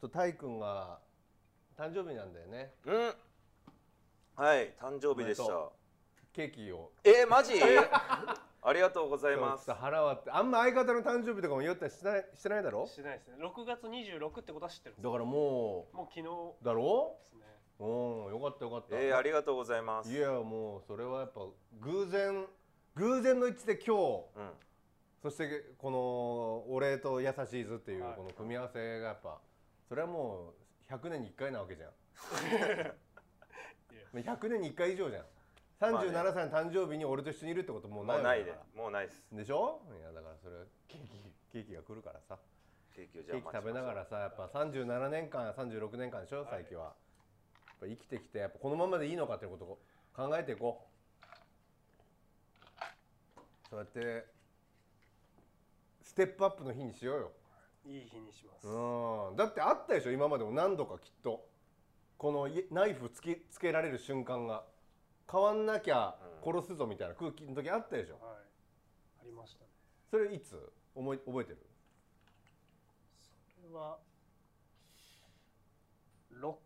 とタイ君が誕生日なんだよね。 はい、誕生日でした。 ケーキを。 マジありがとうございます。 腹割って、あんま相方の誕生日とかも言ったりしてないだろ。 してないですね。6月26ってことは知ってるんです。 だからもう昨日だろですね。 よかったよかった。 ありがとうございます。 いやもうそれはやっぱ偶然の一致で今日、そしてこのお礼と優しい図っていうこの組み合わせがやっぱそれはもう100年に1回なわけじゃん。100年に1回以上じゃん。37歳の誕生日に俺と一緒にいるってこともうないわけだから。 もうないです。 でしょ。いやだからそれケーキが来るからさ、ケーキ食べながらさ、やっぱ37年間36年間でしょ最近は。やっぱ生きてきてやっぱこのままでいいのかっていうことを考えていこう。そうやってステップアップの日にしようよ。 いい日にします。 だってあったでしょ今までも何度かきっとこのナイフつけられる瞬間が変わんなきゃ殺すぞみたいな空気の時あったでしょ。 はい、ありましたね。 それいつ覚えてる？ それは6も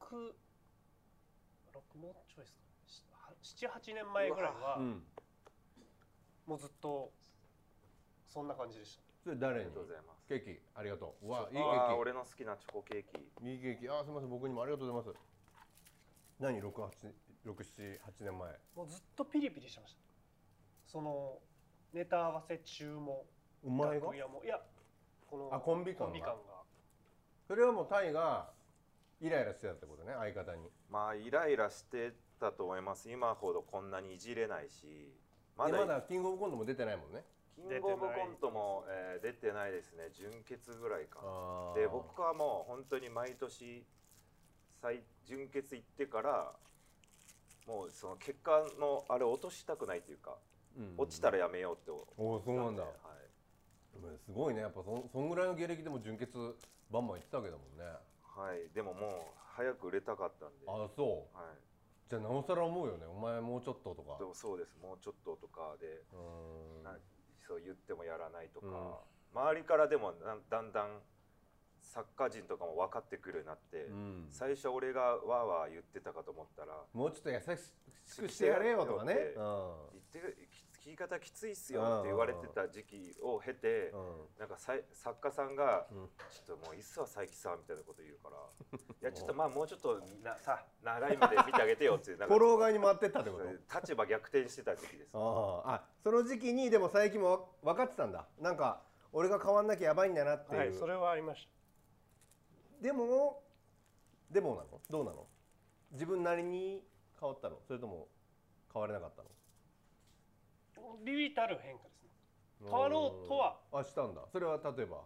うちょいですかね。7、8年前ぐらいはもうずっとそんな感じでした。 それ誰に？ ありがとうございます。 ケーキありがとう。わ、いいケーキ。 ーキ。 俺の好きなチョコケーキ。 いいケーキ。すみません、僕にもありがとうございます。何6、7、8年前。 もうずっとピリピリしてました。そのネタ合わせ中も。 お前が？ いや、このコンビ感が。それはもうタイがイライラしてたってことね、相方に。 まあイライラしてたと思います。今ほどこんなにいじれないし。 まだキングオブコントも出てないもんね。 キングオブコントも出てないですね。準決ぐらいか。で僕はもう本当に毎年準決行ってからもうその結果のあれ落としたくないというか、落ちたらやめようって思って。 そうなんだ。すごいね。やっぱそんぐらいの芸歴でも準決バンバン行ってたわけだもんね。 はい。でももう早く売れたかったんで。 そう。 はい。 じゃあなおさら思うよね。お前もうちょっととか。 でもそうです。もうちょっととかでそう言ってもやらないとか、周りからでもだんだん作家陣とかも分かってくるようになって、最初俺がわーわー言ってたかと思ったら、 もうちょっと優しくしてやれよとかね、 聞き方きついっすよって言われてた時期を経て、なんか作家さんがちょっともういっそは佐伯さんみたいなこと言うからいやちょっとまあもうちょっと長い目で見てあげてよってフォロー側に回ってったってこと？ 立場逆転してた時期です。 その時期にでも佐伯も分かってたんだ。なんか俺が変わんなきゃやばいんだなっていう。 はい、それはありました。 でもなの？どうなの？自分なりに変わったの？それとも変われなかったの？ ビビたる変化ですね。変わろうとはしたんだ。それは例えば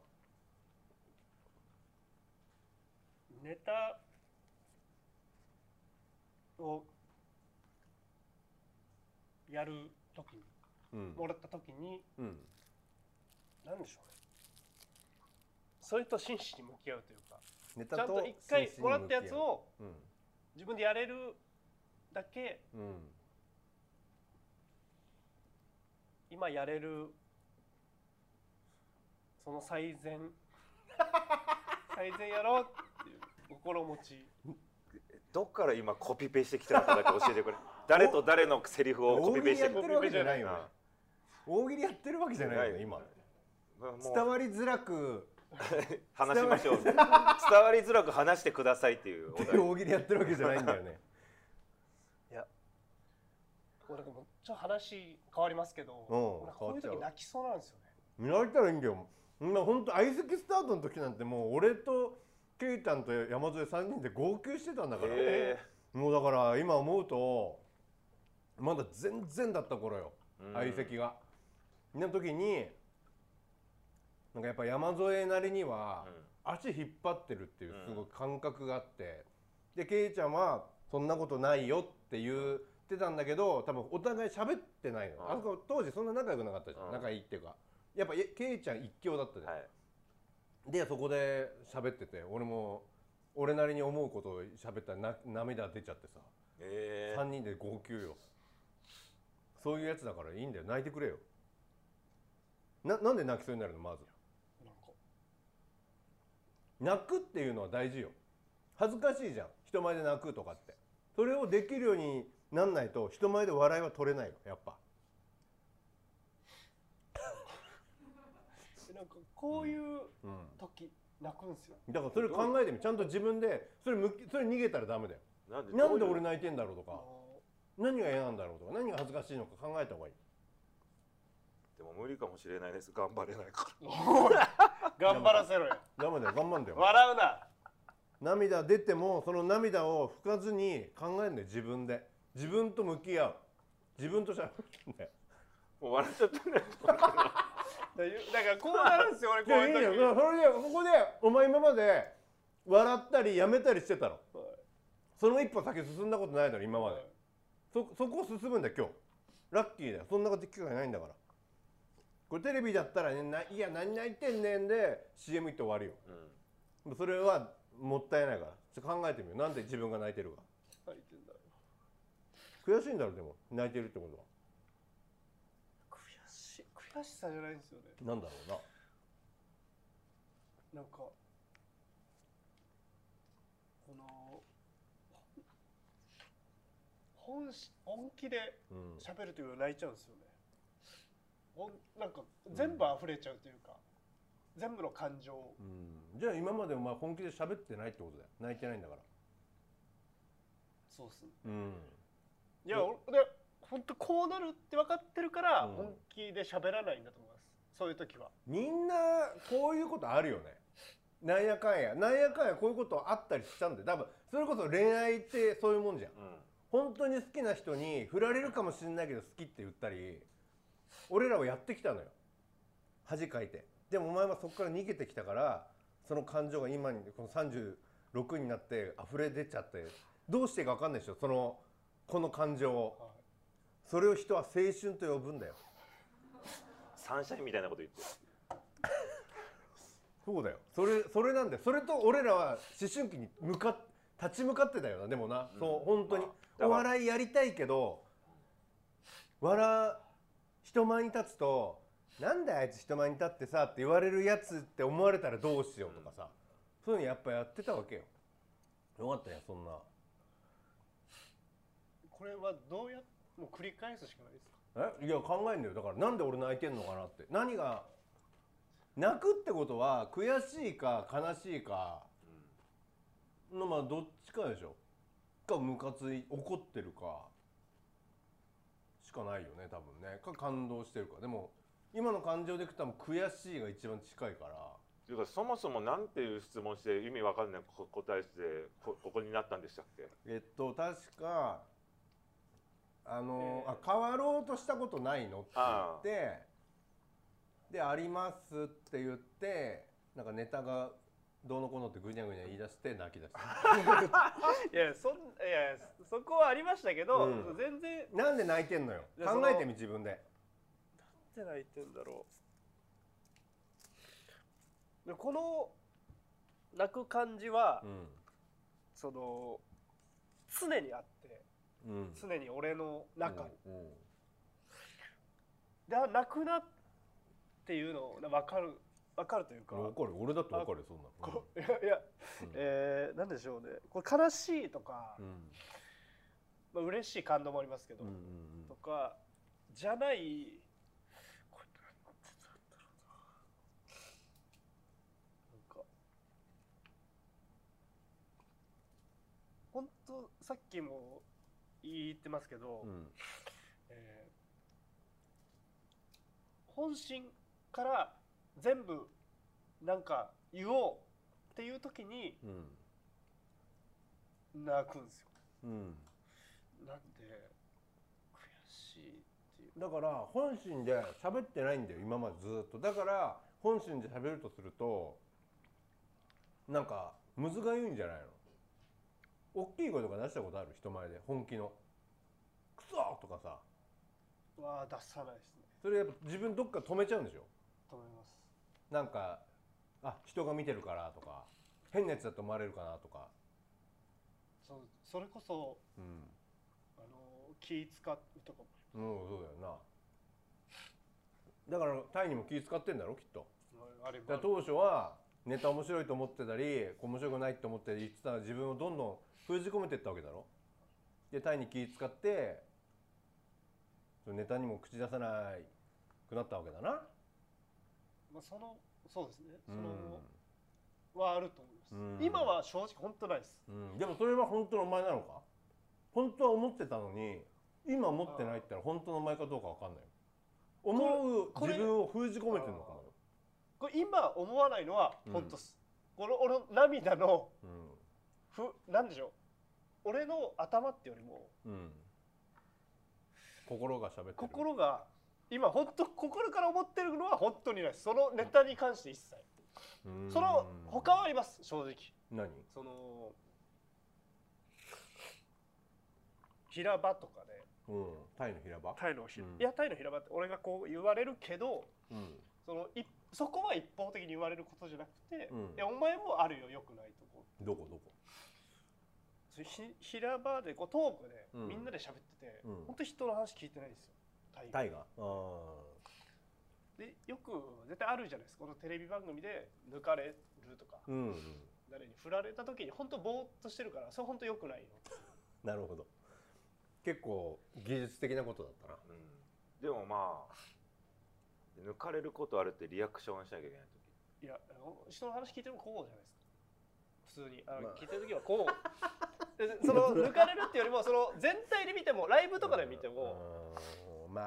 ネタをやる時に、もらった時に、なんでしょうね。それと真摯に向き合うというか、ちゃんと一回もらったやつを自分でやれるだけ、今やれるその最善やろうっていう心持ち。 どっから今コピペしてきたのかだけ教えてくれ。誰と誰のセリフをコピペしてるわけじゃないよね。大喜利やってるわけじゃないよね今。伝わりづらく話しましょう。伝わりづらく話してくださいっていう大喜利やってるわけじゃないんだよね。 いや、これちょっと話変わりますけど、こういう時泣きそうなんですよね。 泣いたらいいんだよ。本当相席スタートの時なんてもう俺とケイタンと山添3人で号泣してたんだから。もうだから今思うとまだ全然だった頃よ、相席が。の時になんかやっぱ山添なりには足引っ張ってるっていうすごい感覚があって、でケイちゃんはそんなことないよって言ってたんだけど、多分お互い喋ってないの。あそこ当時そんな仲良くなかったじゃん。仲いいっていうかやっぱケイちゃん一強だったじゃん。でそこで喋ってて、俺も俺なりに思うことを喋ったら涙出ちゃってさ、3人で号泣よ。そういうやつだからいいんだよ、泣いてくれよ。なんで泣きそうになるの？まず泣くっていうのは大事よ。恥ずかしいじゃん、人前で泣くとかって。それをできるようになんないと人前で笑いは取れないよ、やっぱ。 なんかこういう時泣くんですよ。 だからそれ考えてみ、ちゃんと自分でそれ逃げたらダメだよ。なんで俺泣いてんだろうとか、何が嫌なんだろうとか、何が恥ずかしいのか考えた方がいい。 でも無理かもしれないです。頑張れないから頑張らせろよ。 ダメだよ、頑張んだよ。 笑うな。 涙出てもその涙を拭かずに考えるんだよ。自分で自分と向き合う、自分としゃべるんだよ。 もう笑っちゃったねだからこうなるんですよ、俺こういう時。 いいよ、それでここでお前今まで笑ったりやめたりしてたろ、その一歩先進んだことないだろ今まで、そこを進むんだよ今日。ラッキーだよ、そんな機会ないんだから。これテレビだったらね、いや何泣いてんねんで CM 行って終わるよ、それはもったいないから。ちょっと考えてみよう、なんで自分が泣いてるか。 泣いてんだよ。 悔しいんだろ、でも泣いてるってことは。 悔しさじゃないんですよね。 なんだろうな。なんかこの本気で喋るというより泣いちゃうんですよね。なんか全部溢れちゃうというか、全部の感情。 じゃあ今までお前本気で喋ってないってことだよ、泣いてないんだから。 そうっすね。いや、本当こうなるって分かってるから本気で喋らないんだと思います。そういう時はみんなこういうことあるよね。なんやかんやこういうことあったりしちゃうんで、多分それこそ恋愛ってそういうもんじゃん、本当に好きな人に振られるかもしれないけど好きって言ったり、俺らはやってきたのよ、恥かいて。でもお前はそこから逃げてきたから、その感情が今にこの36になって溢れ出ちゃって、どうしていいか分かんないでしょ、この感情を。それを人は青春と呼ぶんだよ。 サンシャインみたいなこと言ってる。 そうだよ、それなんだよ。それと俺らは思春期に立ち向かってたよな。でもな、そう本当に、お笑いやりたいけど、人前に立つとなんであいつ人前に立ってさって言われるやつって思われたらどうしようとかさ、そういうのやっぱやってたわけよ。よかったよ、そんな。 これはどうやってもう繰り返すしかないですか。 いや考えんだよ。だからなんで俺泣いてんのかなって。何が泣くってことは悔しいか悲しいかの、まあどっちかでしょ。かムカつい怒ってるかしかないよね多分ね。か感動してるか。でも今の感情でいくと多分悔しいが一番近いから。 というかそもそもなんていう質問して意味わかんない答えしてここになったんでしたっけ。 確か変わろうとしたことないのって言って、でありますって言って、なんかネタがどうのこうのってぐにゃぐにゃ言い出して泣き出した。 いやそこはありましたけど、全然。 なんで泣いてんのよ、考えてみ自分で。 なんで泣いてんだろう。でこの泣く感じは、その常にあって、常に俺の中に、泣くなっていうの分かるというか。 分かる、俺だって分かるよそんな。 いや、なんでしょうね、これ悲しいとか、嬉しい感動もありますけど、とかじゃない、これなんて言うんだろうな、なんか本当さっきも言ってますけど、本心から全部なんか言おうっていう時に泣くんですよ。なんで悔しいっていう。 だから本心で喋ってないんだよ今までずっと。だから本心で喋るとするとなんかむずがゆいんじゃないの。大きい声とか出したことある？人前で本気のクソとかさ。 は出さないですね。 それやっぱ自分どっか止めちゃうんでしょ。 止めます。 なんか人が見てるからとか、変なやつだと思われるかなとか。 それこそ、気使うとかも。 そうだよな。だからタイにも気使ってんだろきっと。だから当初はネタ面白いと思ってたり面白くないって思って言ってた自分をどんどん封じ込めていったわけだろ。でタイに気使ってネタにも口出さないくなったわけだな。 まあそうですね、そのはあると思います。今は正直本当ないです。 でもそれは本当のお前なのか。本当は思ってたのに今思ってないってのは本当のお前かどうかわかんない。思う自分を封じ込めてるのかも。 これ今思わないのは本当です。この俺の涙のなんでしょう、俺の頭ってよりも心が喋ってる。 心が今本当心から思ってるのは本当にないです。そのネタに関して一切。その他はあります正直。 何？ その平場とかで、 タイの平場？ いやタイの平場って俺がこう言われるけど、そこは一方的に言われることじゃなくて、いやお前もあるよ良くないとこ。 どこ？ 平場でこうトークでみんなで喋ってて、本当人の話聞いてないんですよ。 タイが。 でよく絶対あるじゃないですか。このテレビ番組で抜かれるとか、誰に振られた時に本当ぼーっとしてるからそれ本当良くないよ。 なるほど。結構技術的なことだったな。 でもまあ抜かれることあるってリアクションしなきゃいけない時。いや人の話聞いてるのこうじゃないですか。普通に聞いてる時はこう。その抜かれるっていうよりもその全体で見てもライブとかで見てもま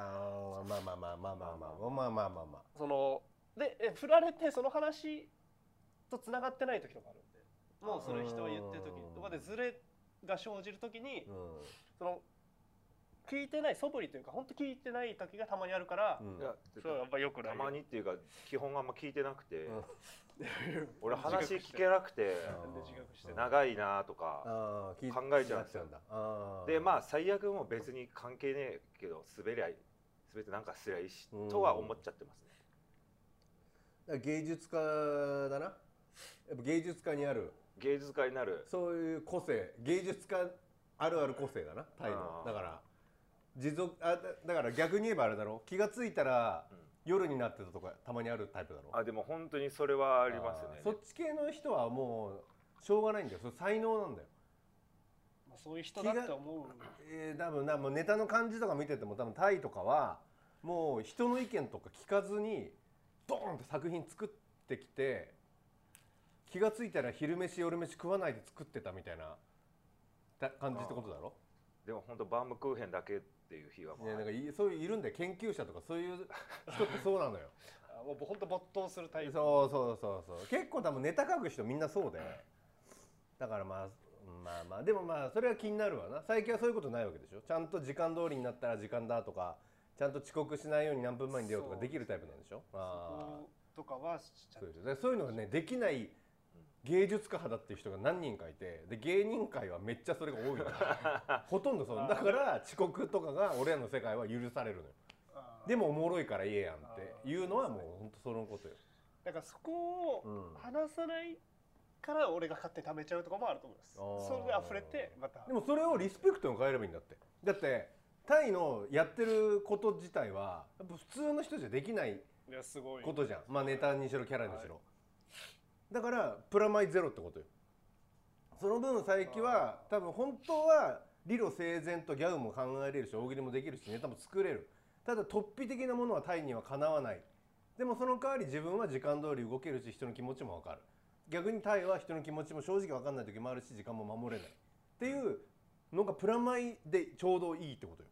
あそので振られてその話とつながってない時とかあるんで、もうそれ人が言ってる時とかでズレが生じる時にその聞いてない素振りというか本当聞いてない時がたまにあるから、それはやっぱ良くない。 たまにっていうか基本あんま聞いてなくて。俺話聞けなくて長いなとか考えちゃうんですよ。でまあ最悪も別に関係ねえけど滑ってなんかすりゃいいしとは思っちゃってますね。芸術家だな。やっぱ芸術家にあるそういう個性、芸術家あるある個性だなタイの。だからだから逆に言えばあれだろ、気がついたら夜になってたとかたまにあるタイプだろ。 でも本当にそれはありますよね。 そっち系の人はもうしょうがないんだよ。それ才能なんだよ。 そういう人だって思う。 多分ネタの感じとか見てても多分タイとかはもう人の意見とか聞かずにドーンって作品作ってきて、気がついたら昼飯夜飯食わないで作ってたみたいな感じってことだろ。 でも本当バームクーヘンだけっていう日はもう、 なんかそういういるんだよ、研究者とかそういう人ってそうなのよ。 もう本当没頭するタイプ。 そう結構多分ネタ書く人みんなそうで、だからまあでもまあそれは気になるわな。最近はそういうことないわけでしょ。ちゃんと時間通りになったら時間だとか、ちゃんと遅刻しないように何分前に出ようとかできるタイプなんでしょ。 そことかはしちゃう。 そういうのがねできない芸術家派だっていう人が何人かいて、で芸人界はめっちゃそれが多いの。ほとんどそうだから遅刻とかが俺らの世界は許されるのよ。でもおもろいから言えやんっていうのはもう本当そのことよ。 だからそこを話さないから俺が勝手に貯めちゃうとかもあると思います。それで溢れてまた。 でもそれをリスペクトに変えればいいんだって。だってタイのやってること自体はやっぱ普通の人じゃできないことじゃん。まあネタにしろキャラにしろ。だからプラマイゼロってことよ。その分佐伯は多分本当は理路整然とギャグも考えれるし大喜利もできるしネタも作れる。ただ突飛的なものはタイにはかなわない。でもその代わり自分は時間通り動けるし人の気持ちも分かる。逆にタイは人の気持ちも正直分かんない時もあるし時間も守れないっていうのがプラマイでちょうどいいってことよ。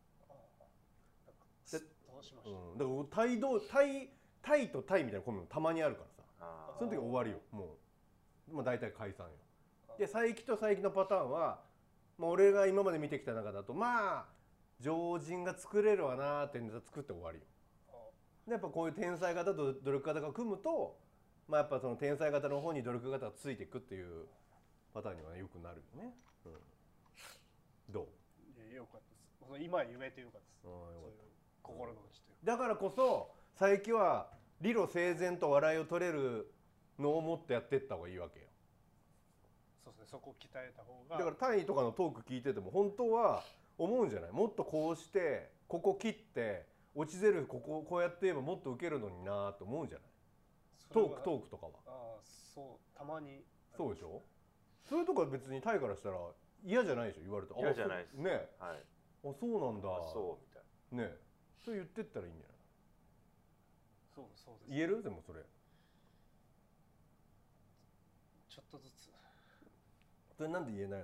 だからタイとタイみたいなコンビもたまにあるからさ、その時終わりよ。もう大体解散よ。で佐伯と佐伯のパターンは、俺が今まで見てきた中だと常人が作れるわなーってネタ作って終わりよ。でやっぱこういう天才型と努力型が組むと、やっぱその天才型の方に努力型がついていくっていうパターンにはよくなるよね。どう？ よかったです。今言えてよかったです。そういう心の内という。 だからこそ佐伯は理路整然と笑いを取れるのをもっとやっていった方がいいわけよ。 そうですね。そこを鍛えた方が。 だからタイとかのトーク聞いてても本当は思うんじゃない？もっとこうしてここ切って落ちゼルこうやって言えばもっとウケるのになーって思うんじゃない？ トークとかは。 そうたまに。 そうでしょ。そういうとこは別にタイからしたら嫌じゃないでしょ、言われて。 嫌じゃないですね。 はい。 あ、そうなんだ。 そうみたいな。ね。そう言ってったらいいんじゃない。 そうです。 言える？でもそれ。 ちょっとずつ。 それなんで言えないの？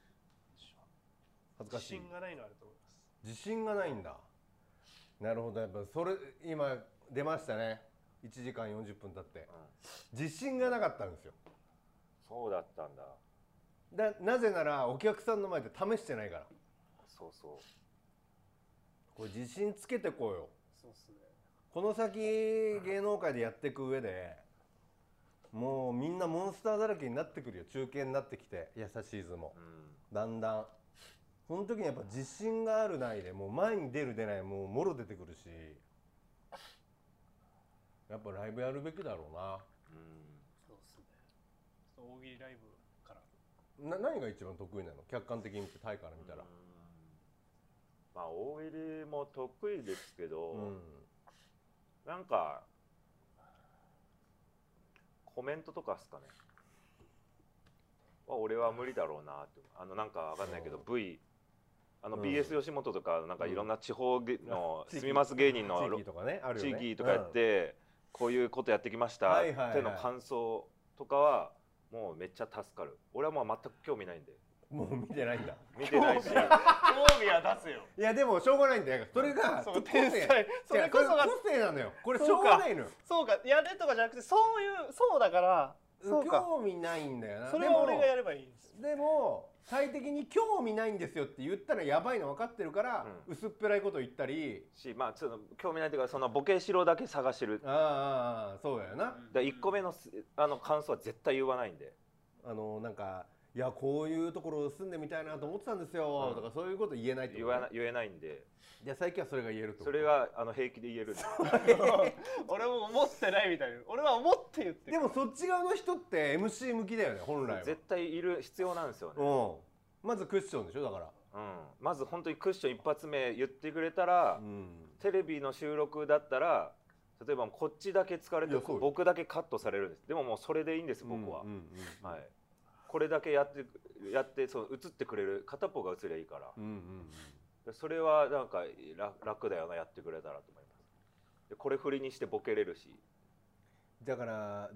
恥ずかしい。 自信がないのあると思います。 自信がないんだ。なるほど。やっぱそれ今出ましたね。1時間40分経って、自信がなかったんですよ。 そうだったんだ。 なぜならお客さんの前で試してないから。 そう。 これ自信つけてこうよ。 そうっすね。 この先芸能界でやっていく上でもうみんなモンスターだらけになってくるよ。中堅になってきて、優しいズも、だんだんその時にやっぱ自信があるないでもう前に出る出ないもうもろ出てくるし、やっぱライブやるべきだろうな。 そうっすね。大喜利ライブから何が一番得意なの？客観的に見てタイから見たら。 まあ大喜利も得意ですけど、なんかコメントとかっすかね。俺は無理だろうなって。なんかわかんないけど BS 吉本とかなんかいろんな地方の住みます芸人の地域とかやってこういうことやってきましたっての感想とかはもうめっちゃ助かる。俺はもう全く興味ないんで。 もう見てないんだ。 見てないし。興味は出すよ。 いやでもしょうがないんだよ。それが天才。それこそが個性なのよ。これしょうがないのよ。 そうか、やれとかじゃなくてそうだから。 興味ないんだよな。 それは俺がやればいいんです。 でも最適に興味ないんですよって言ったらやばいの分かってるから、薄っぺらいこと言ったりまあちょっと興味ないっていうかそのボケしろだけ探してる。 そうだよな。 1個目の感想は絶対言わないんで、 なんかいやこういうところ住んでみたいなと思ってたんですよとかそういうこと言えないってことね。 言えないんで。 いや最近はそれが言えるってこと。 それが平気で言えるんで。 俺も思ってないみたいな。俺は思って言ってる。 でもそっち側の人って MC 向きだよね本来は。 絶対必要なんですよね。 まずクッションでしょだから。 まず本当にクッション一発目言ってくれたら、テレビの収録だったら例えばこっちだけ使われて僕だけカットされるんです。でももうそれでいいんです僕は。はい。これだけやってその映ってくれる片方が映りゃいいから、それはなんか楽だよなやってくれたらと思います。でこれ振りにしてボケれるし。 だから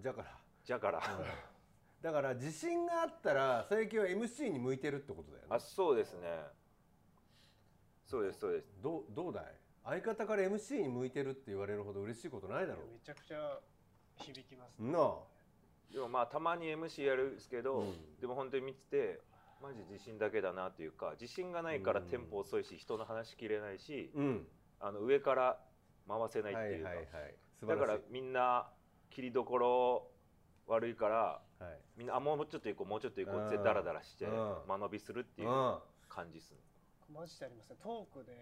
だから自信があったら最近は MC に向いてるってことだよね。 そうですね。そうです。 どうだい？相方から MC に向いてるって言われるほど嬉しいことないだろう。 めちゃくちゃ響きますね。 なあ。 でもまあたまに MC やるんですけど、でも本当に見ててマジ自信だけだなっていうか、自信がないからテンポ遅いし人の話しきれないし、上から回せないっていうか、だからみんな切りどころ悪いから、みんなもうちょっと行こうってダラダラして間延びするっていう感じですね。 マジでありますね。トークで、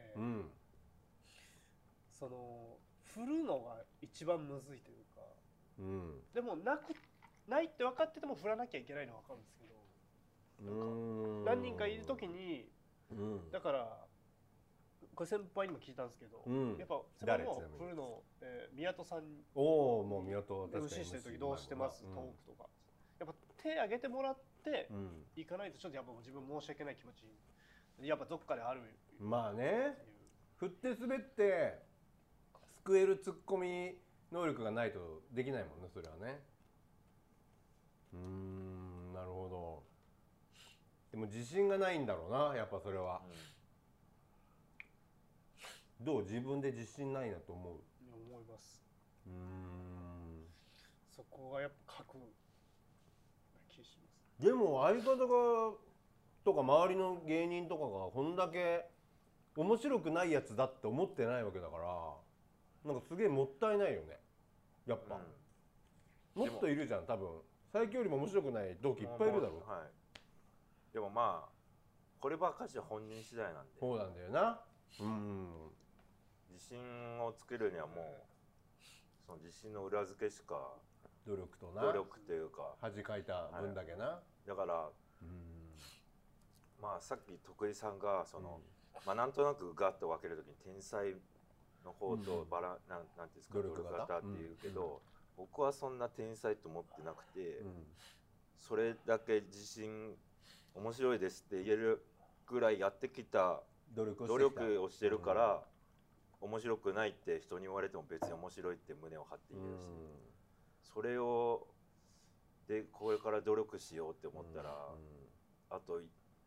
その振るのが一番むずいというか、でもないって分かってても振らなきゃいけないのは分かるんですけど、何人かいる時に、だからこれ先輩にも聞いたんですけど、やっぱ先輩も振るの宮戸さんにもう宮戸 MC してる時どうしてますトークとか、やっぱ手挙げてもらっていかないとちょっとやっぱ自分申し訳ない気持ちやっぱどっかである。 まあね、振って滑って救えるツッコミ能力がないとできないもんねそれはね。なるほど。でも自信がないんだろうなやっぱそれは。どう？自分で自信ないなと思う？ 思います。そこがやっぱ書く気します。 でも相方がとか周りの芸人とかがこんだけ面白くないやつだって思ってないわけだから、なんかすげえもったいないよねやっぱ。もっといるじゃん多分。最近よりも面白くない同期いっぱいいるだろ。 でもまあこればっかしは本人次第なんで。 そうなんだよな。 自信をつけるにはもうその自信の裏付けしか。 努力というか恥かいた分だけな。 だからまあさっき徳井さんがそのまあなんとなくガッと分けるときに天才の方となんていうんですか努力型っていうけど、 僕はそんな天才と思ってなくて、それだけ自信面白いですって言えるぐらいやってきた努力をしてるから、面白くないって人に言われても別に面白いって胸を張って言えるし、それをでこれから努力しようって思ったら、あと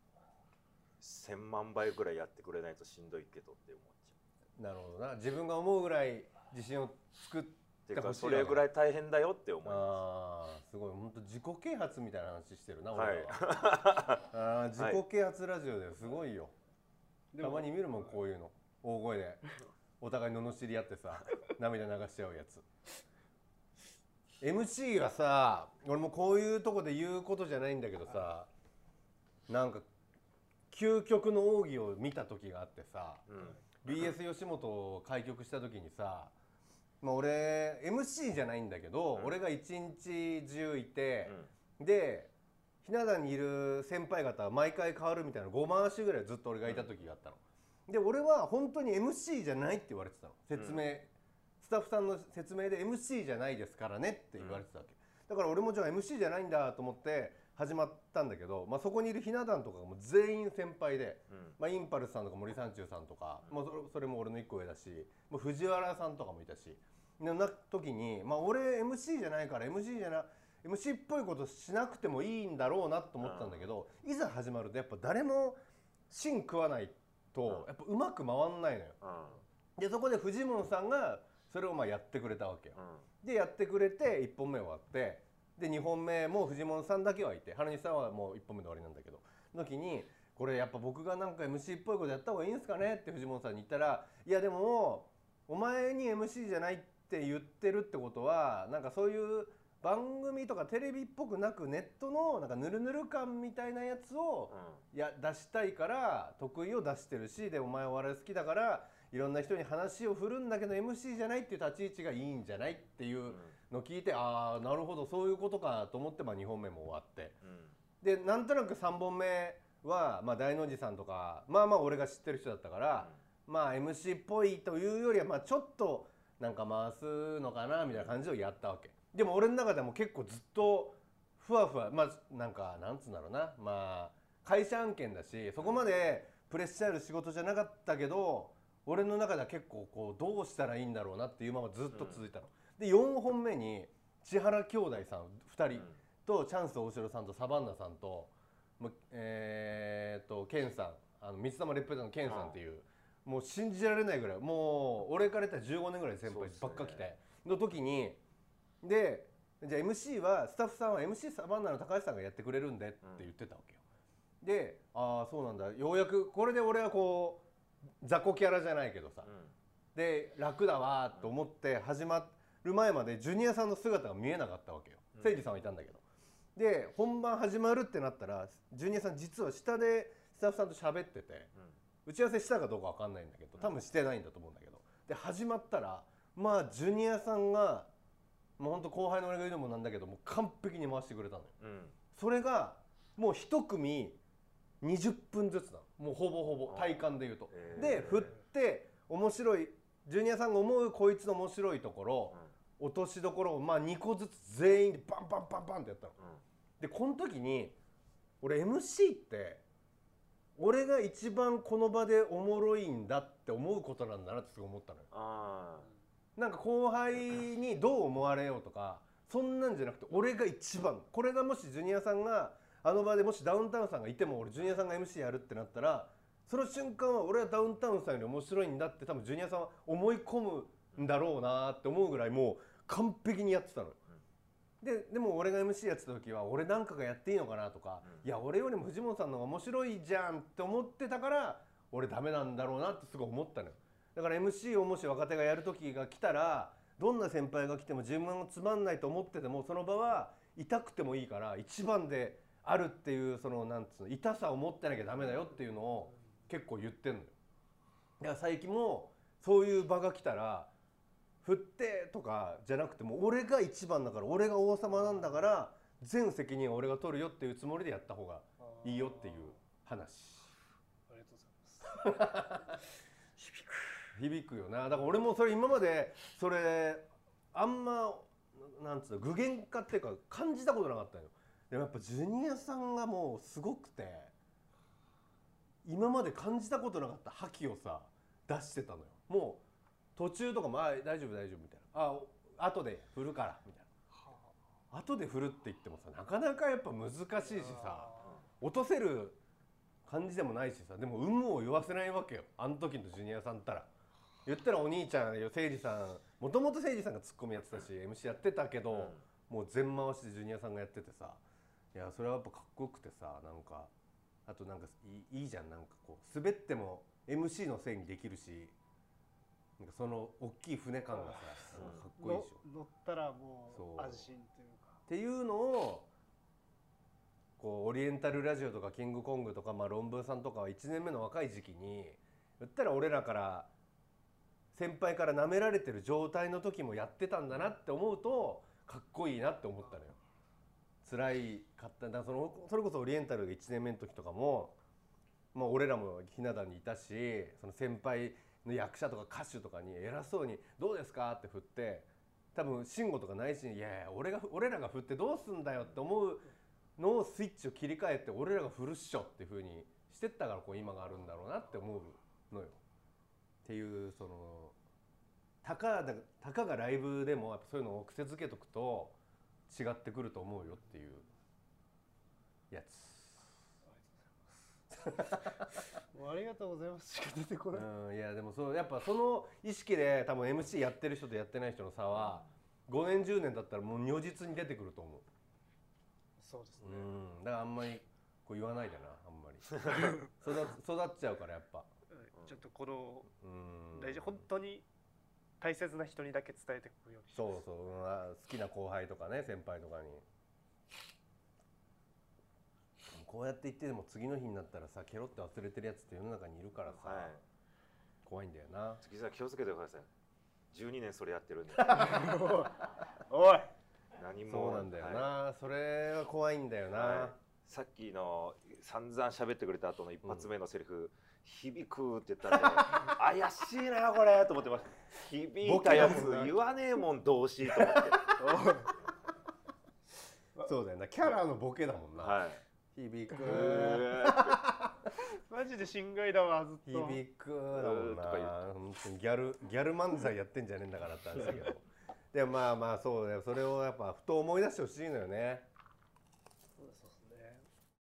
1000万倍ぐらいやってくれないとしんどいけどって思っちゃう。 なるほどな。自分が思うぐらい自信を作ってほしい。 それぐらい大変だよって思います。 ああ、すごい。本当自己啓発みたいな話してるな、俺は。自己啓発ラジオですごいよ。たまに見るもん、こういうの大声でお互い罵り合ってさ、涙流しちゃうやつ。MC がさ、俺もこういうとこで言うことじゃないんだけどさ、なんか究極の奥義を見た時があってさ、BS 吉本を開局した時にさ、まあ、俺 MC じゃないんだけど、俺が一日中いて、でひな壇にいる先輩方は毎回変わるみたいな5回しぐらいずっと俺がいた時があったの。で俺は本当に MC じゃないって言われてたの。説明、スタッフさんの説明で MC じゃないですからねって言われてたわけ。だから俺もじゃあ MC じゃないんだと思って始まったんだけど、まあ、そこにいるひな壇とかがもう全員先輩で、まあ、インパルスさんとか森三中さんとか、もうそれも俺の1個上だし、もう藤原さんとかもいたし、な時に、まあ、俺 MC じゃないから MC っぽいことしなくてもいいんだろうなと思ったんだけど、いざ始まるとやっぱ誰も芯食わないとやっぱうまく回んないのよ。でそこでフジモンさんがそれをまあやってくれたわけよ。でやってくれて1本目終わって、で2本目もフジモンさんだけはいて、原西さんはもう1本目で終わりなんだけど、時にこれやっぱ僕がなんか MC っぽいことやった方がいいんですかねってフジモンさんに言ったら、いやでもお前に MC じゃないって言ってるってことは、なんかそういう番組とかテレビっぽくなくネットのなんかヌルヌル感みたいなやつを出したいから得意を出してるし、でお前お笑い好きだからいろんな人に話を振るんだけど MC じゃないっていう立ち位置がいいんじゃないっていうのを聞いて、ああなるほどそういうことかと思って、まあ2本目も終わって、でなんとなく3本目はまあ大の字さんとかまあまあ俺が知ってる人だったから、まあ MC っぽいというよりはまあちょっとなんか回すのかなみたいな感じをやったわけ。でも俺の中でも結構ずっとふわふわ、まあなんかなんつうんだろうな、まあ会社案件だしそこまでプレッシャーある仕事じゃなかったけど、俺の中では結構こうどうしたらいいんだろうなっていうままずっと続いたの。で4本目に千原兄弟さん2人とチャンス大城さんとサバンナさんとケンさん、水玉レッペタのケンさんっていう、もう信じられないぐらい、もう俺から言ったら15年ぐらい先輩ばっか来ての時に、でじゃあ MC はスタッフさんは MC サバンナの高橋さんがやってくれるんでって言ってたわけよ。でああそうなんだ、ようやくこれで俺はこう雑魚キャラじゃないけどさ、で楽だわと思って始まる前までジュニアさんの姿が見えなかったわけよ。誠司さんはいたんだけど、で本番始まるってなったらジュニアさん実は下でスタッフさんと喋ってて、打ち合わせしたかどうか分かんないんだけど多分してないんだと思うんだけど、で始まったらまあジュニアさんがもうほんと後輩の俺が言うのもなんだけどもう完璧に回してくれたのよ。それがもう一組20分ずつなの、もうほぼほぼ体感で言うと。で振って面白いジュニアさんが思うこいつの面白いところ、落としどころをまあ2個ずつ全員でバンバンバンバンってやったの。でこの時に俺 MC って俺が一番この場でおもろいんだって思うことなんだなってすごい思ったのよ。なんか後輩にどう思われようとかそんなんじゃなくて、俺が一番、これがもしジュニアさんがあの場でもしダウンタウンさんがいても俺ジュニアさんが MC やるってなったら、その瞬間は俺はダウンタウンさんより面白いんだって多分ジュニアさんは思い込むんだろうなって思うぐらいもう完璧にやってたのよ。でも俺が MC やってた時は俺なんかがやっていいのかなとか、いや俺よりも藤本さんの方が面白いじゃんって思ってたから俺ダメなんだろうなってすごい思ったのよ。だから MC をもし若手がやる時が来たら、どんな先輩が来ても自分がつまんないと思っててもその場は痛くてもいいから一番であるっていう、そのなんつうの痛さを持ってなきゃダメだよっていうのを結構言ってんのよ。だから最近もそういう場が来たら振ってとかじゃなくても俺が一番だから俺が王様なんだから全責任は俺が取るよっていうつもりでやった方がいいよっていう話。 ありがとうございます。 響くよな。だから俺もそれ今までそれあんまなんつうの具現化っていうか感じたことなかったのよ。でもやっぱジュニアさんがもうすごくて、今まで感じたことなかった覇気をさ出してたのよ。もう途中とかも大丈夫みたいな、後で振るからみたいな、後で振るって言ってもさなかなかやっぱ難しいしさ、落とせる感じでもないしさ、でも有無を言わせないわけよ、あの時のジュニアさんったら。言ったらお兄ちゃん誠司さん、もともと誠司さんがツッコミやってたし MC やってたけど、もう全回しでジュニアさんがやっててさ、いやそれはやっぱかっこよくてさ、なんかあとなんかいいじゃん、なんかこう滑っても MC のせいにできるし、なんかその大きい船感がさかっこいいでしょ。 乗ったらもう安心というかっていうのをこうオリエンタルラジオとかキングコングとか、論文さんとかは1年目の若い時期に言ったら俺らから先輩から舐められてる状態の時もやってたんだなって思うとかっこいいなって思ったのよ。辛いかっただ、それこそオリエンタルが1年目の時とかも、俺らもひな壇にいたし、その先輩の役者とか歌手とかに偉そうに「どうですか?」って振って、多分慎吾とかないし、いやいや俺らが振ってどうすんだよって思うのをスイッチを切り替えて、俺らが振るっしょっていう風にしてったからこう今があるんだろうなって思うのよ。っていう、そのたかがライブでもやっぱそういうのを癖づけとくと違ってくると思うよっていうやつ。 ありがとうございますしか出てこない。 いやでもそうやっぱその意識で多分 MC やってる人とやってない人の差は5年10年だったらもう如実に出てくると思う。 そうですね。 だからあんまりこう言わないでな、あんまり育っちゃうからやっぱ。 ちょっとこの大事、本当に大切な人にだけ伝えてくるように。 そうそう、好きな後輩とかね、先輩とかにこうやって言ってでも次の日になったらさケロって忘れてるやつって世の中にいるからさ、怖いんだよな。 次さん気をつけてください。12年それやってるんでおい何も。 そうなんだよな、それは怖いんだよな。 さっきの散々喋ってくれた後の一発目のセリフ、響くって言ったんで怪しいなこれと思ってます。響いたやつ言わねえもん動詞と思ってそうだよな、キャラのボケだもんな。響くマジで心外だわ、ずっと響くだもんな。本当にギャル漫才やってんじゃねえんだからって話だけどでもそうだよ、それをやっぱふと思い出してほしいのよね。